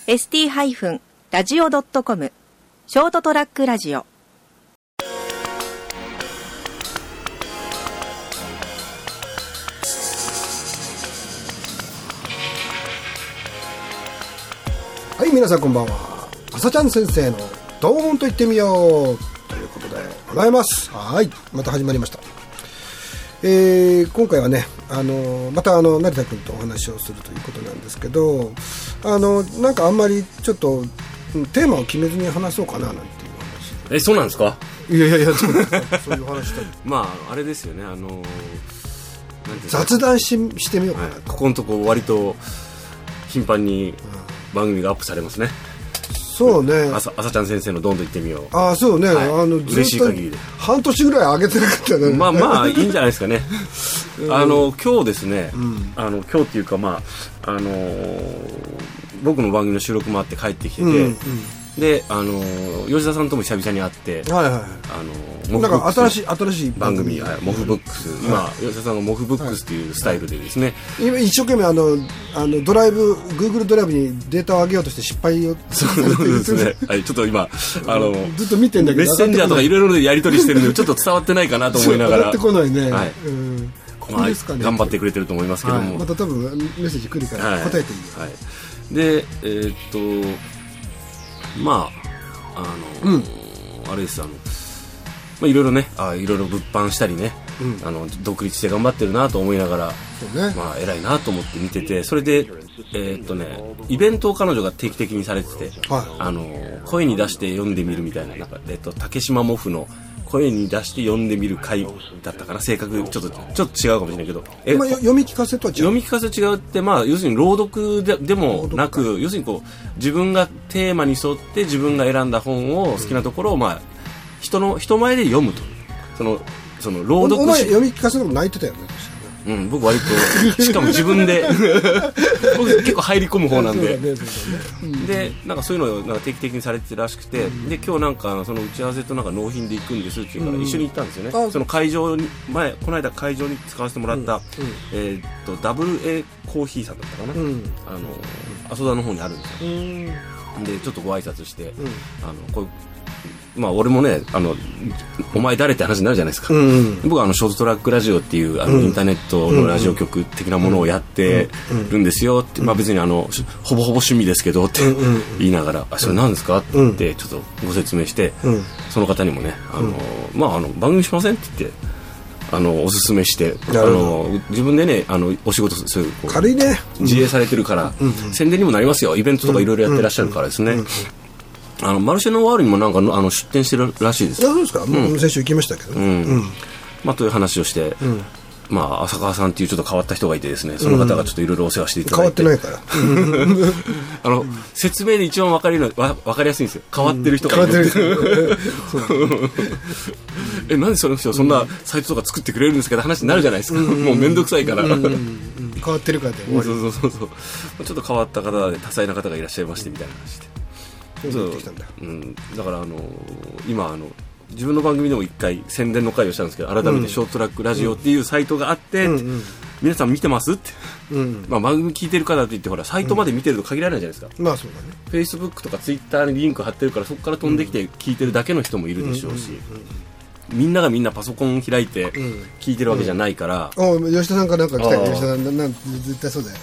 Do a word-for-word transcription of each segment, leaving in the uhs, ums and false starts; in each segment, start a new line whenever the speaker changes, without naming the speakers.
エスティー ラジオ ドットコム ショートトラックラジオ。
はい、皆さんこんばんは。朝ちゃん先生のドーンと言ってみようということでございます。はい、また始まりました。えー、今回はね、あのまたあの成田君とお話をするということなんですけど、あのなんかあんまりちょっとテーマを決めずに話そうかななんていう話。
え、そうなんですか？
いやいやいや、そういう話したい。
まああれですよね、あのなんていうか
雑談 し, してみようかな、
はい、ここのとこ割と頻繁に番組がアップされますね。
そうね、
朝, 朝ちゃん先生のどんどん言ってみよう。
ああ、そうね、
はい、
あの
嬉しい限りで
半年ぐらい上げてなかったね。
まあまあいいんじゃないですかね。あの今日ですね、うん、あの今日っていうか、まああのー、僕の番組の収録もあって帰ってきてて、うんうん、であのー、吉田さんとも久々に会って、はいはいはい、あのー
なんか新しい新しい
番組、はい、モフブックス、今、はい、吉田さんがモフブックスっていうスタイルでですね、
今、はい、一生懸命あのあのドライブ Google ドライブにデータを上げようとして失敗を
そうですね、はい、ちょっと今あの
ずっと見てんだけど
メッセンジャーとかいろいろでやり取りしてるんでちょっと伝わってないかなと思いながら
伝わってこないね、
はい、
うん、こ
こですかね、まあ、頑張ってくれてると思いますけども、
はい、また多分メッセージ来るから答えてみよう、はいはい、
でえー、っとまああの、うん、あれですあのまあ、いろいろね、あいろいろ物販したりね、うん、あの独立して頑張ってるなと思いながら、ね、まあ偉いなと思って見てて、それでえー、っとねイベントを彼女が定期的にされてて、はい、あの声に出して読んでみるみたいな、なんかえっと竹島モフの声に出して読んでみる会だったかな。正確ちょっとちょっと違うかもしれないけど、
え、まあ、読み聞かせとは違う。
読み聞かせ違うって、まあ要するに朗読 で, でもなく、要するにこう自分がテーマに沿って自分が選んだ本を好きなところをまあ人の人前で読むと、そのその朗読。
お前読み聞かせでも泣いてたよね。
うん、僕割としかも自分で僕結構入り込む方なんで、でなんかそういうのをなんか定期的にされてるらしくて、うん、で今日なんかその打ち合わせとなんか納品で行くんですっていうから一緒に行ったんですよね、うん、その会場に前この間会場に使わせてもらった、うん、えー、っと ダブルエー コーヒーさんだったかな、うん、あの阿蘇田の方にあるんですよ、うん、でちょっとご挨拶して、うん、あのこうまあ俺もね、あのお前誰って話になるじゃないですか、うんうん、僕はあのショートトラックラジオっていうあの、うん、インターネットのラジオ局的なものをやってるんですよって、うん、まあ別にあのほぼほぼ趣味ですけどって言いながら、あそれ何ですかってちょっとご説明して、うん、その方にもね、あの、うん、まああの番組しませんって言ってあのおすすめして、あの自分でねあのお仕事する
軽いね、
自営されてるから、うんうん、宣伝にもなりますよ、イベントとかいろいろやってらっしゃるからですね、うんうんうん、あのマルシェのワールにもなんかあの出店してるらしいです。
そうですか、うん、もう先週行きましたけど、うんうん、
まあ、という話をして、うん、まあ、浅川さんっていうちょっと変わった人がいてですね、その方がちょっといろいろお世話していただいて、
変わってないから
あの、うん、説明で一番分かりのわ分かりやすいんですよ。変わってる人がいる、うん、え、なんでその人そんなサイトとか作ってくれるんですかって話になるじゃないですか、うん、もうめんどくさいから、うんうんうん、
変わってるからで終わり。
そうそうそうそう、ちょっと変わった方で多彩な方がいらっしゃいましてみたいな話で、そう、うん、だからあのー、今あの自分の番組でも一回宣伝の会をしたんですけど、改めてショートトラックラジオっていうサイトがあって、うんうん、皆さん見てますって、うん、まあ、番組聞いてる方って言ってほらサイトまで見てると限らないじゃないですか、
うん、まあそうだね、
Facebook とか Twitter にリンク貼ってるからそこから飛んできて聞いてるだけの人もいるでしょうし、みんながみんなパソコン開いて聞いてるわけじゃないから、
うんうん、お吉田さんかなんか来たよ。吉田さんななん絶対そうだよ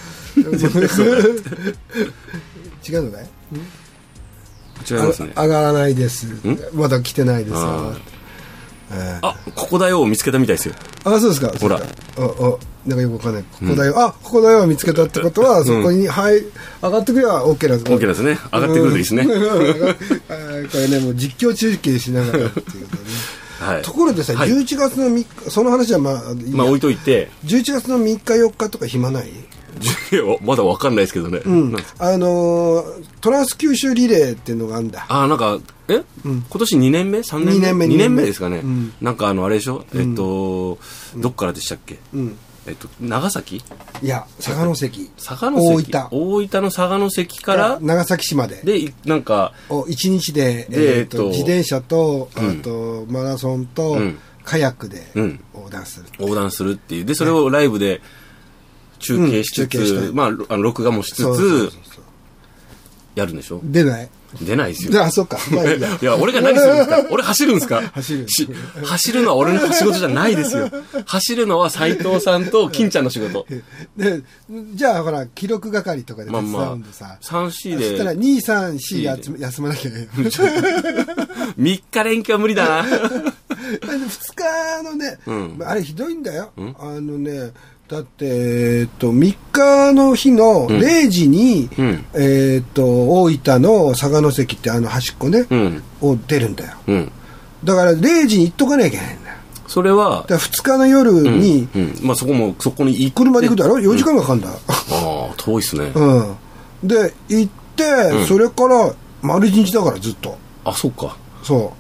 違うのかい？
違いますね。
上がらないです。まだ来てないですよ。
あ、えー、あ、ここだよを見つけたみたいですよ。
あ、そうですか。
ほら、
おおなんかよくわかんない。ここだよ、うん、あ、ここだよを見つけたってことは、うん、そこに、はい、上がってくれば OK なんです。
OK ですね。上がってくるといいですね。こ
れね、もう実況中継しながらっていうかね。はい、ところでさ、
はい、
じゅういちがつのみっか、その話はまあ、
まあ置いといて、
じゅういちがつのみっかよっかとか暇ない？
まだわかんないですけどね、うん、
あのー、トランス九州リレーっていうのがあるんだ。
あ、なんかえ、うん、今年にねんめさんねんめにねんめにねんめですかね、うん、なんかあのあれでしょ、えっと、うん、どっからでしたっけ、うん、えっと、長崎、
いや佐賀関、
佐賀関、大分大分の佐賀関から
長崎市まで
でなんか
いちにちで、えー、と自転車と、あとマラソンと、うん、カヤックで横断する、
うん、横断するっていうでそれをライブで中継しつつ、うん、まあ、あの録画もしつつ、そうそうそうそう、 やるんでしょ。
出ない。
出ないですよ。
あ、そっか。まあいいや。
いや、俺が何するんですか。俺走るんですか。
走る。
走るのは俺の仕事じゃないですよ。走るのは斉藤さんと金ちゃんの仕事。
で、じゃあほら、記録係とかで手伝うんでさ。
まあまあ、さん、よんで。
そしたらに、さん、よん休まなきゃいけない。
みっか連休は無理だな。
ふつかのね、うん、あれひどいんだよ。うん、あのね、だって、えっと、みっかの日のれいじに、うん、えっと、大分の佐賀関ってあの端っこね、うん、を出るんだよ。うん、だかられいじに行っとかなきゃいけないんだよ。
それは、
だからふつかの夜に、
うんうん、まあそこも、そこに行って。
車で行くだろ ?よじかんがかかるんだ。うん、
ああ、遠いっすね。
うん。で、行って、うん、それから丸一日だからずっと。
あ、そっか。
そう。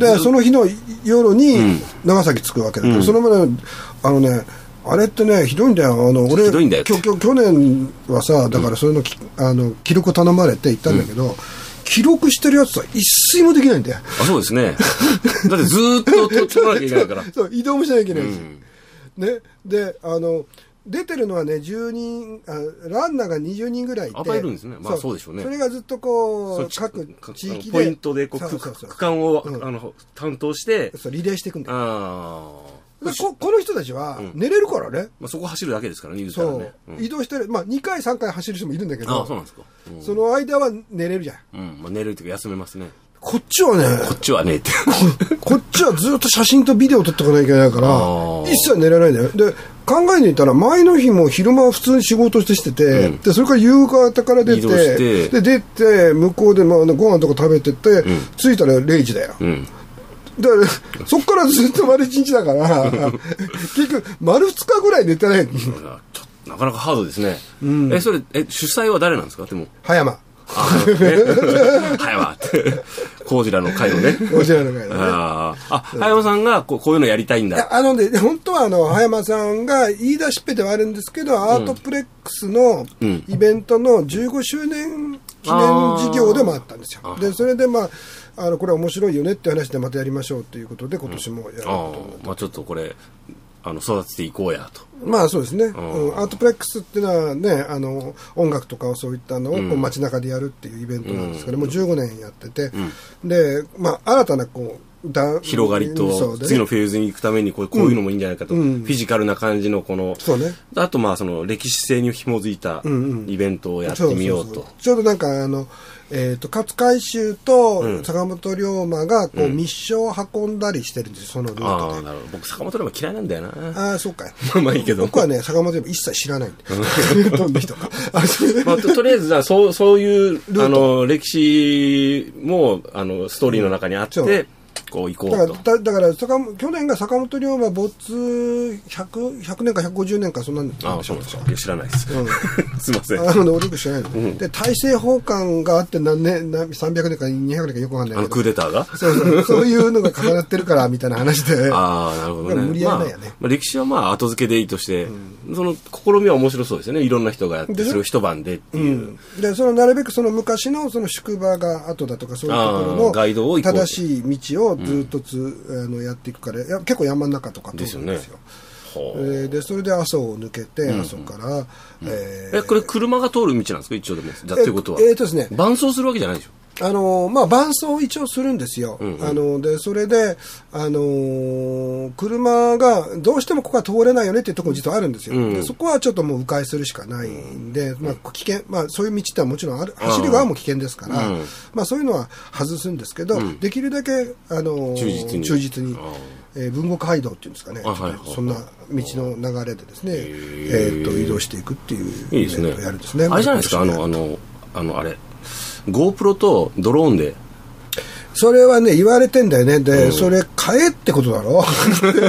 で、その日の夜に長崎着くわけだけど、うん、その前の、あのね、あれってね、ひどいんだよ。あの、俺、
ひどいんだよ。
きょきょ去年はさ、だからそれの、うん、あの、記録を頼まれて行ったんだけど、うん、記録してるやつは一睡もできないんだよ。
あ、そうですね。だってずーっと取らなきゃいけないから。
そう、移動もしなきゃいけないし。うん、ね。で、あの、出てるのはね、じゅうにん、あランナーがにじゅうにんぐらいいて。
あ、いるんですね。まあそうでしょうね。
それがずっとこう、各地域で。
ポイントでこう、そうそうそう区間を、うん、あの、担当して。
そう、リレーしていくんだよ。
あ
あ。こ, この人たちは寝れるからね、うん、
まあ、そこ走るだけですからね、言うたらね、
そう、うん、移動してる、まあ、にかいさんかい走る人もいるんだけど、
ああ、そうなんですか、
うん、その間は寝れるじゃん、
うん、まあ、寝れるというか休めますね。
こっちはね
こっちはねって
こ, こっちはずっと写真とビデオ撮っておかなきゃいけないから一切寝れないんだよ。で考えてみたら前の日も昼間は普通に仕事してしてて、うん、でそれから夕方から出てで出て向こうでまあご飯とか食べてて、うん、着いたられいじだよ、うん、だからそっからずっと丸一日だから結局丸二日ぐらい寝てないちょっ
となかなかハードですね、うん、えそれえ主催は誰なんですか。でも
葉山
あ、ね、葉山ってコージラの会のね。
コージラの会のね。
ああ、葉山さんがこうこういうのやりたいんだ。い
やあのね本当はあの葉山さんが言い出しっぺではあるんですけど、うん、アートプレックスのイベントのじゅうごしゅうねん記念事業でもあったんですよ。でそれでまああのこれは面白いよねって話でまたやりましょうということで今年もやると思って、
うん、あまあちょっとこれあの育てていこうやと。
まあそうですね、うん、アートプレックスっていうのはねあの音楽とかをそういったのをこう街中でやるっていうイベントなんですけど、うん、もうじゅうごねんやってて、うん、でまあ新たなこうだ
広がりと、ね、次のフェーズに行くためにこう、こういうのもいいんじゃないかと、うん、フィジカルな感じのこの
そう、ね、
あとまあその歴史性に紐づいたイベントをやってみようと。
ちょうどなんかあのえー、と勝海舟と坂本龍馬がこう密書を運んだりしてるんですよ、そのルートで。
あなるほど。僕坂本龍馬嫌いなんだよな。
ああそうかい
まあいいけど
僕はね坂本龍馬一切知らないんでどんな人か
まあ、と, とりあえずそうそういうあの歴史もあのストーリーの中にあって、うんこう行こうと。
だから、だから坂去年が坂本龍馬没ひゃく、ひゃくねんかひゃくごじゅうねんかそんなんでしょ。
ああ、そうですか。知らないです。うん、すいません。
あの、俺よく知らないの、うん。で、大政奉還があって何年、何さんびゃくねんかにひゃくねんかよくわかんないけど。
あのクーデターが
そうそう。そういうのが重なってるからみたいな話で。
ああ、なるほどね。
無理やりないよね。
まあまあ、歴史はまあ後付けでいいとして、うん、その試みは面白そうですよね。いろんな人がやって、それを一晩でっていう。
うん、で、そのなるべくその昔のその宿場が後だとかそういうところの
ガイドを
正しい道をずっとつ、うんあのやっていくからや結構山の中とか通るんですよ。ですよね。えー、でそれで阿蘇を抜けて、うん、阿蘇から、うん
えー、えこれ車が通る道なんですか一応でもじゃっていうことは。
えー、えーとですね
伴走するわけじゃないでしょ。
あのまあ、伴走を一応するんですよ、うんうん、あのでそれで、あのー、車がどうしてもここは通れないよねっていうところ実はあるんですよ、うんうん、でそこはちょっともう迂回するしかないんで、うんまあ危険まあ、そういう道ってはもちろんある走る側も危険ですから、うんまあ、そういうのは外すんですけど、うん、できるだけ、あのー、忠実に、忠実にえー、文国街道っていうんですかね、はいはい、そんな道の流れでですね、えー、っと移動していくっていうイベントをやるんですね。
あれじゃないですか、あのあのあのあれGoPro とドローンで
それはね言われてんだよね。で、うん、それ買えってことだろだから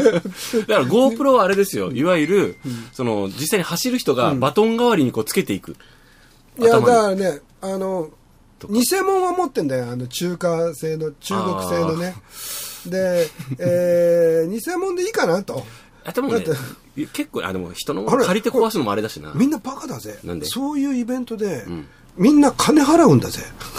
GoPro はあれですよ、いわゆる、うん、その実際に走る人がバトン代わりにこうつけていく、
うん、いやだからねあの偽物は持ってんだよ、あの中華製の中国製のねで、えー、偽物でいいかなと。
あでもね結構あでも人の借りて壊すのもあれだしな。
みんなバカだぜ。
なんで
そういうイベントで、うん、みんな金払うんだぜ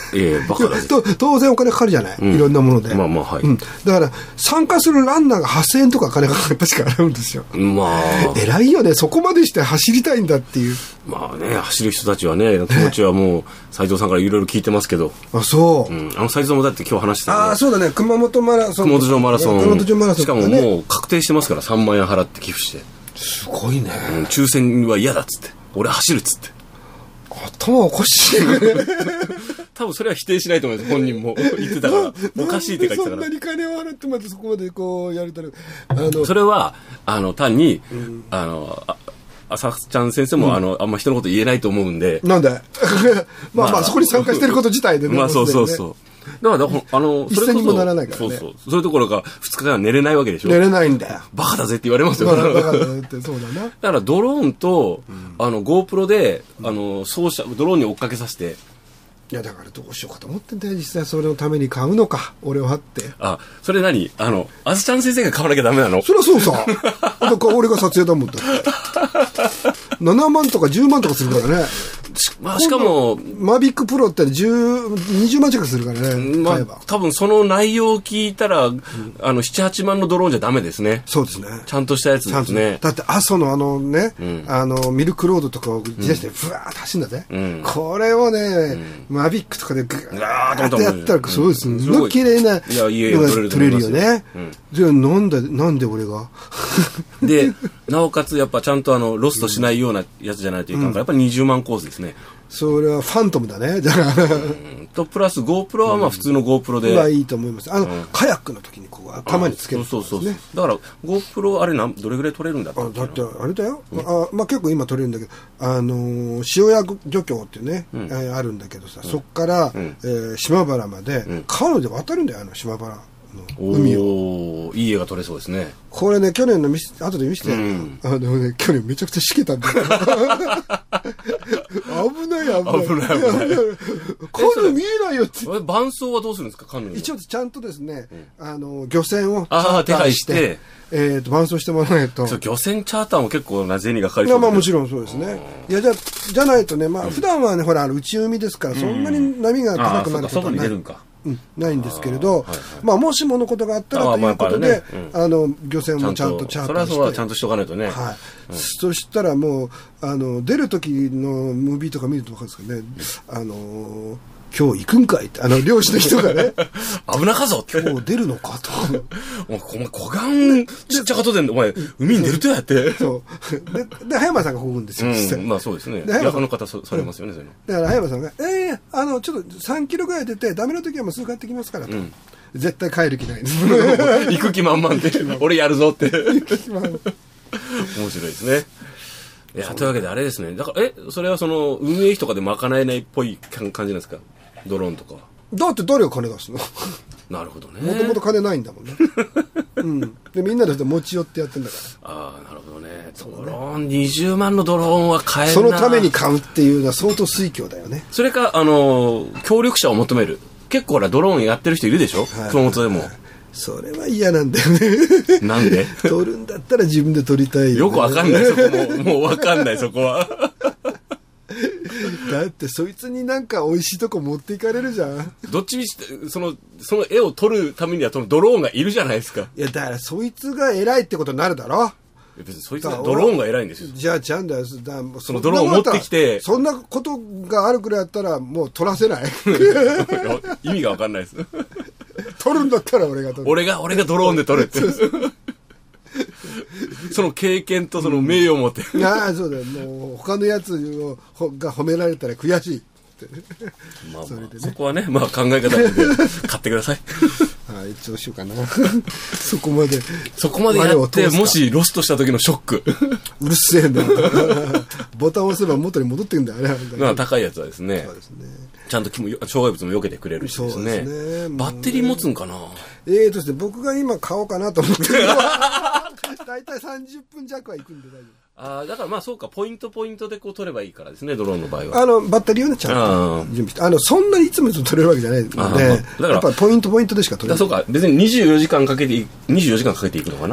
ええバカだぜ
と当然お金かかるじゃない、うん、いろんなもので、
まあまあはい、
うん、だから参加するランナーがはっせんえんとか金がかかる確かあるんですよ。
まあ
偉いよね、そこまでして走りたいんだっていう。
まあね、走る人たちはね気持ちはもう斉藤さんからいろいろ聞いてますけど。
あそう、
うん、あの斉藤さんもだって今日話してた、ね、
ああそうだね、熊本マラソン、
熊本城マラソン、
熊本城マラソン、
しかももう確定してますからさんまんえん払って寄付して。
すごいね、
うん、抽選は嫌だっつって俺走るっつって
頭おかしい
多分それは否定しないと思います本人も言ってたからおかしいって書いてたから。
そんなに金を払ってまでそこまでこうやれたらあの
それはあの単に、うん、あのあ朝ちゃん先生も、うん、あのあんま人のこと言えないと思うんで。
なんでまあまあそこに参加してること自体でね。
まあそうそうそうだからあの
一銭にもならないからね。
そうそうそういうところがふつかかんは寝れないわけでしょ。
寝れないんだよ。
バカだぜって言われますよ。
バカだぜってそうだな。
だからドローンと、うん、あの GoPro であの操作ドローンに追っかけさせて。
いやだからどうしようかと思ってんだよ実際。それのために買うのか俺はって。
あそれ何あのあずちゃん先生が買わなきゃダメなの。
そりゃそうさだから俺が撮影だもんだななまんとかじゅうまんとかするからね。
まあ、しかも
マビックプロってじゅう、にじゅうまん近くするからね、
まあ、多分その内容を聞いたら、うん、あのなな、はちまんのドローンじゃダメですね。
そうですね、
ちゃんとしたやつですね。
だって阿蘇のあのね、うん、あのミルクロードとかを自転車でふわーっと走るんだぜ、うん、これをね、うん、マビックとかでグーッとやったらそうですね、の綺麗なのが撮れるよね、うん、じゃあなんでなんで俺が
でなおかつやっぱちゃんとあのロストしないようなやつじゃないといかんから、うん、やっぱりにじゅうまんコースですね。
それはファントムだね。だから
とプラス GoPro はまあ普通の GoPro で、
まあいいと思います。あの、うん、カヤックの時にこう頭につける、ね、
そうそうそうだから GoPro あれなんどれぐらい撮れるんだったっけ。
あだってあれだよ、うん、あまあ結構今撮れるんだけど、あのー、塩屋漁協っていうね、うん、あるんだけどさ、うん、そっから、うんえー、島原まで、うん、カヌーで渡るんだよあの島原の海を。
おいい絵が撮れそうですね。
これね去年の見せ後で見せて、うん、あのね去年めちゃくちゃしけたんだよ危ない危ない
危ない危ないカヌ
ー見えないよって
伴走はどうするんですか。カヌー
一応ちゃんとですね、うん、あの漁船を
あ手配して
えー、と伴走してもらわないと。
漁船チャーターも結構な銭がかかりそうですね。
まあもちろんそうですね。いやじゃじゃないとね、まあ、うん、普段はねほら内海ですからそんなに波が高くなることはない、うん、うん、ないんですけれど、はいはい、まあもしものことがあったらということで、あ、ねうん、あの漁船もちゃんとチャーターして、それは
それはちゃんとしとかないとね。はい。
うん、そしたらもうあの出る時のムービーとか見ると分かるんですかね。あのー今日行くんかいってあの漁師の人がね
危なかぞって
今日出るのかと
お前湖岸ちっちゃかとでお前海に出るとやって
そうでで葉山さんがこぐんですよ、
うん、まあそうですね。ヤカの方されますよね、うん、そういうの
だから葉山さんがええー、あのちょっとさんキロぐらい出てダメな時はもうすぐ帰ってきますからと、うん、絶対帰る気ないです
行く気満々で俺やるぞって行く気満々面白いですね。いやというわけであれですね。だからえそれはその運営費とかで賄えないっぽい感じなんですかドローンとかは。
だって誰が金出すの
なるほどね。
もともと金ないんだもんね、うん、でみんなで持ち寄ってやってんだから。
ああなるほどね。ドローンにじゅうまんのドローンは買えない。
そのために買うっていうのは相当推挙だよね。
それかあの協力者を求める。結構ほらドローンやってる人いるでしょ、はい、熊本でも。
それは嫌なんだよね
なんで
撮るんだったら自分で撮りたいよ、ね、
よくわかんないそこももうわかんないそこは
だってそいつになんか美味しいとこ持っていかれるじゃん。
どっちみちそのその絵を撮るためにはそのドローンがいるじゃないですか。
いやだからそいつが偉いってことになるだろ。
別にそいつがドローンが偉いんですよ。
じゃあちゃうんだよ。だ
そのドローンを持ってきて
そんなことがあるくらいやったらもう撮らせない
意味が分かんないです
撮るんだったら俺が撮る。
俺が俺がドローンで撮れってその経験とその名誉を持って、
うん、ああそうだよ。もう他のやつをが褒められたら悔しい
まあ、まあ、それでね、そこはね、まあ、考え方なんで買ってください
ああ一応しようかなそこまで
そこまでやってもしロストした時のショック
うるせえんだボタンを押せば元に戻ってくんだよね。
まあ高いやつはですね、
そうですね、ち
ゃんと障害物も避けてくれるしですね。そうですね。バッテリー持つんかな。
えーとですね、僕が今買おうかなと思ってるのはだいたいさんじゅっぷん弱は行くんで大丈夫。
ああ、だからまあそうか、ポイントポイントでこう取ればいいからですね、ドローンの場合は。
あのバッテリーをねちゃんと準備して、あのそんなにいつもいつも取れるわけじゃないので、まあ、だからやっぱりポイントポイントでしか取れない。
そうか、別ににじゅうよじかんかけてにじゅうよじかんかけていくのかな。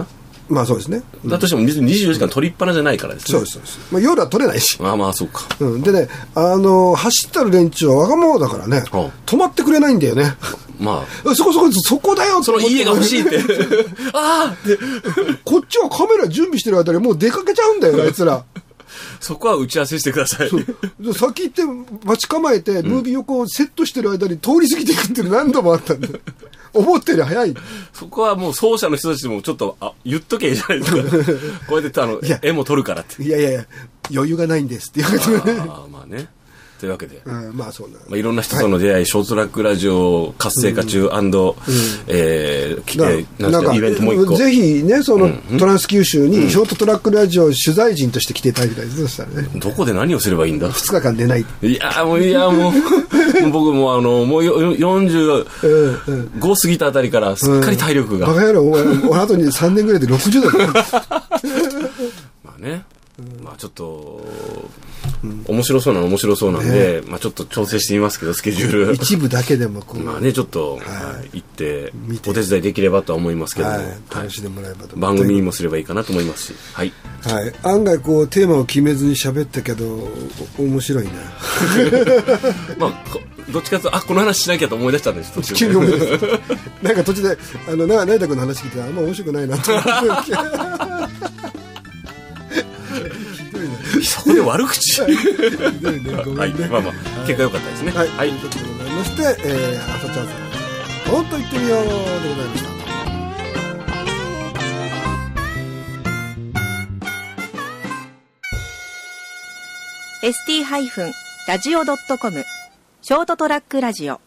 まあそうですね、
うん、だとしてもにじゅうよじかん取りっぱなじゃないからですね。
そうですそうです、まあ、夜は取れないし、
まあまあそうか、
うん、でね、あの走ったる連中は若者だからね、止まってくれないんだよね。まあそこそこそこだよ、
その家が欲しいってああって
こっちはカメラ準備してる間にもう出かけちゃうんだよあいつら。
そこは打ち合わせしてください。
先行って待ち構えて、ムービーをこうセットしてる間に通り過ぎていくっていうの何度もあったんで思ったより早い。そ
こはもう奏者の人たちでもちょっとあ言っとけじゃないですかこうやってあの絵も撮るからって。
いやいやいや余裕がないんですって言われてね。
ああまあね、というわけで、
うん、まあそうな、
まあ、いろんな人との出会い、はい、ショートトラックラジオ活性化中、うん、えー、なんかイベントもう一個
ぜひね、その、うん、トランス九州にショートトラックラジオ取材陣として来ていただきたいです。そしたらね、
どこで何をすればいいんだ。
ふつかかん出ない。
いやもういやもう僕もあのもうよんじゅうご過ぎたあたりからすっかり体力が、
うん、バカ野郎お前お後にさんねんぐらいでろくじゅうだった
まあね、うん、まあちょっとうん、面白そうなの面白そうなんで、ね、まあ、ちょっと調整してみますけどスケジュール
一部だけでもこう
まあねちょっと、はい、行ってお手伝いできればとは思いますけども、はい、
楽しんでもらえばと、
はい、番組にもすればいいかなと思いますし、はい
はい、案外こうテーマを決めずに喋ったけど面白いな
まあどっちかというとあこの話しなきゃと思い出したんです途中
急に思い出したなんか途中であのな成田君の話聞いてあんま面白くないなと思って
そこで悪口はい、まあまあ結果良かったですね。
はい、はい、ということでございまして、えー、朝チャンさん本当行ってみようでございました。
エスティー ラジオ ドットコム ショートトラックラジオ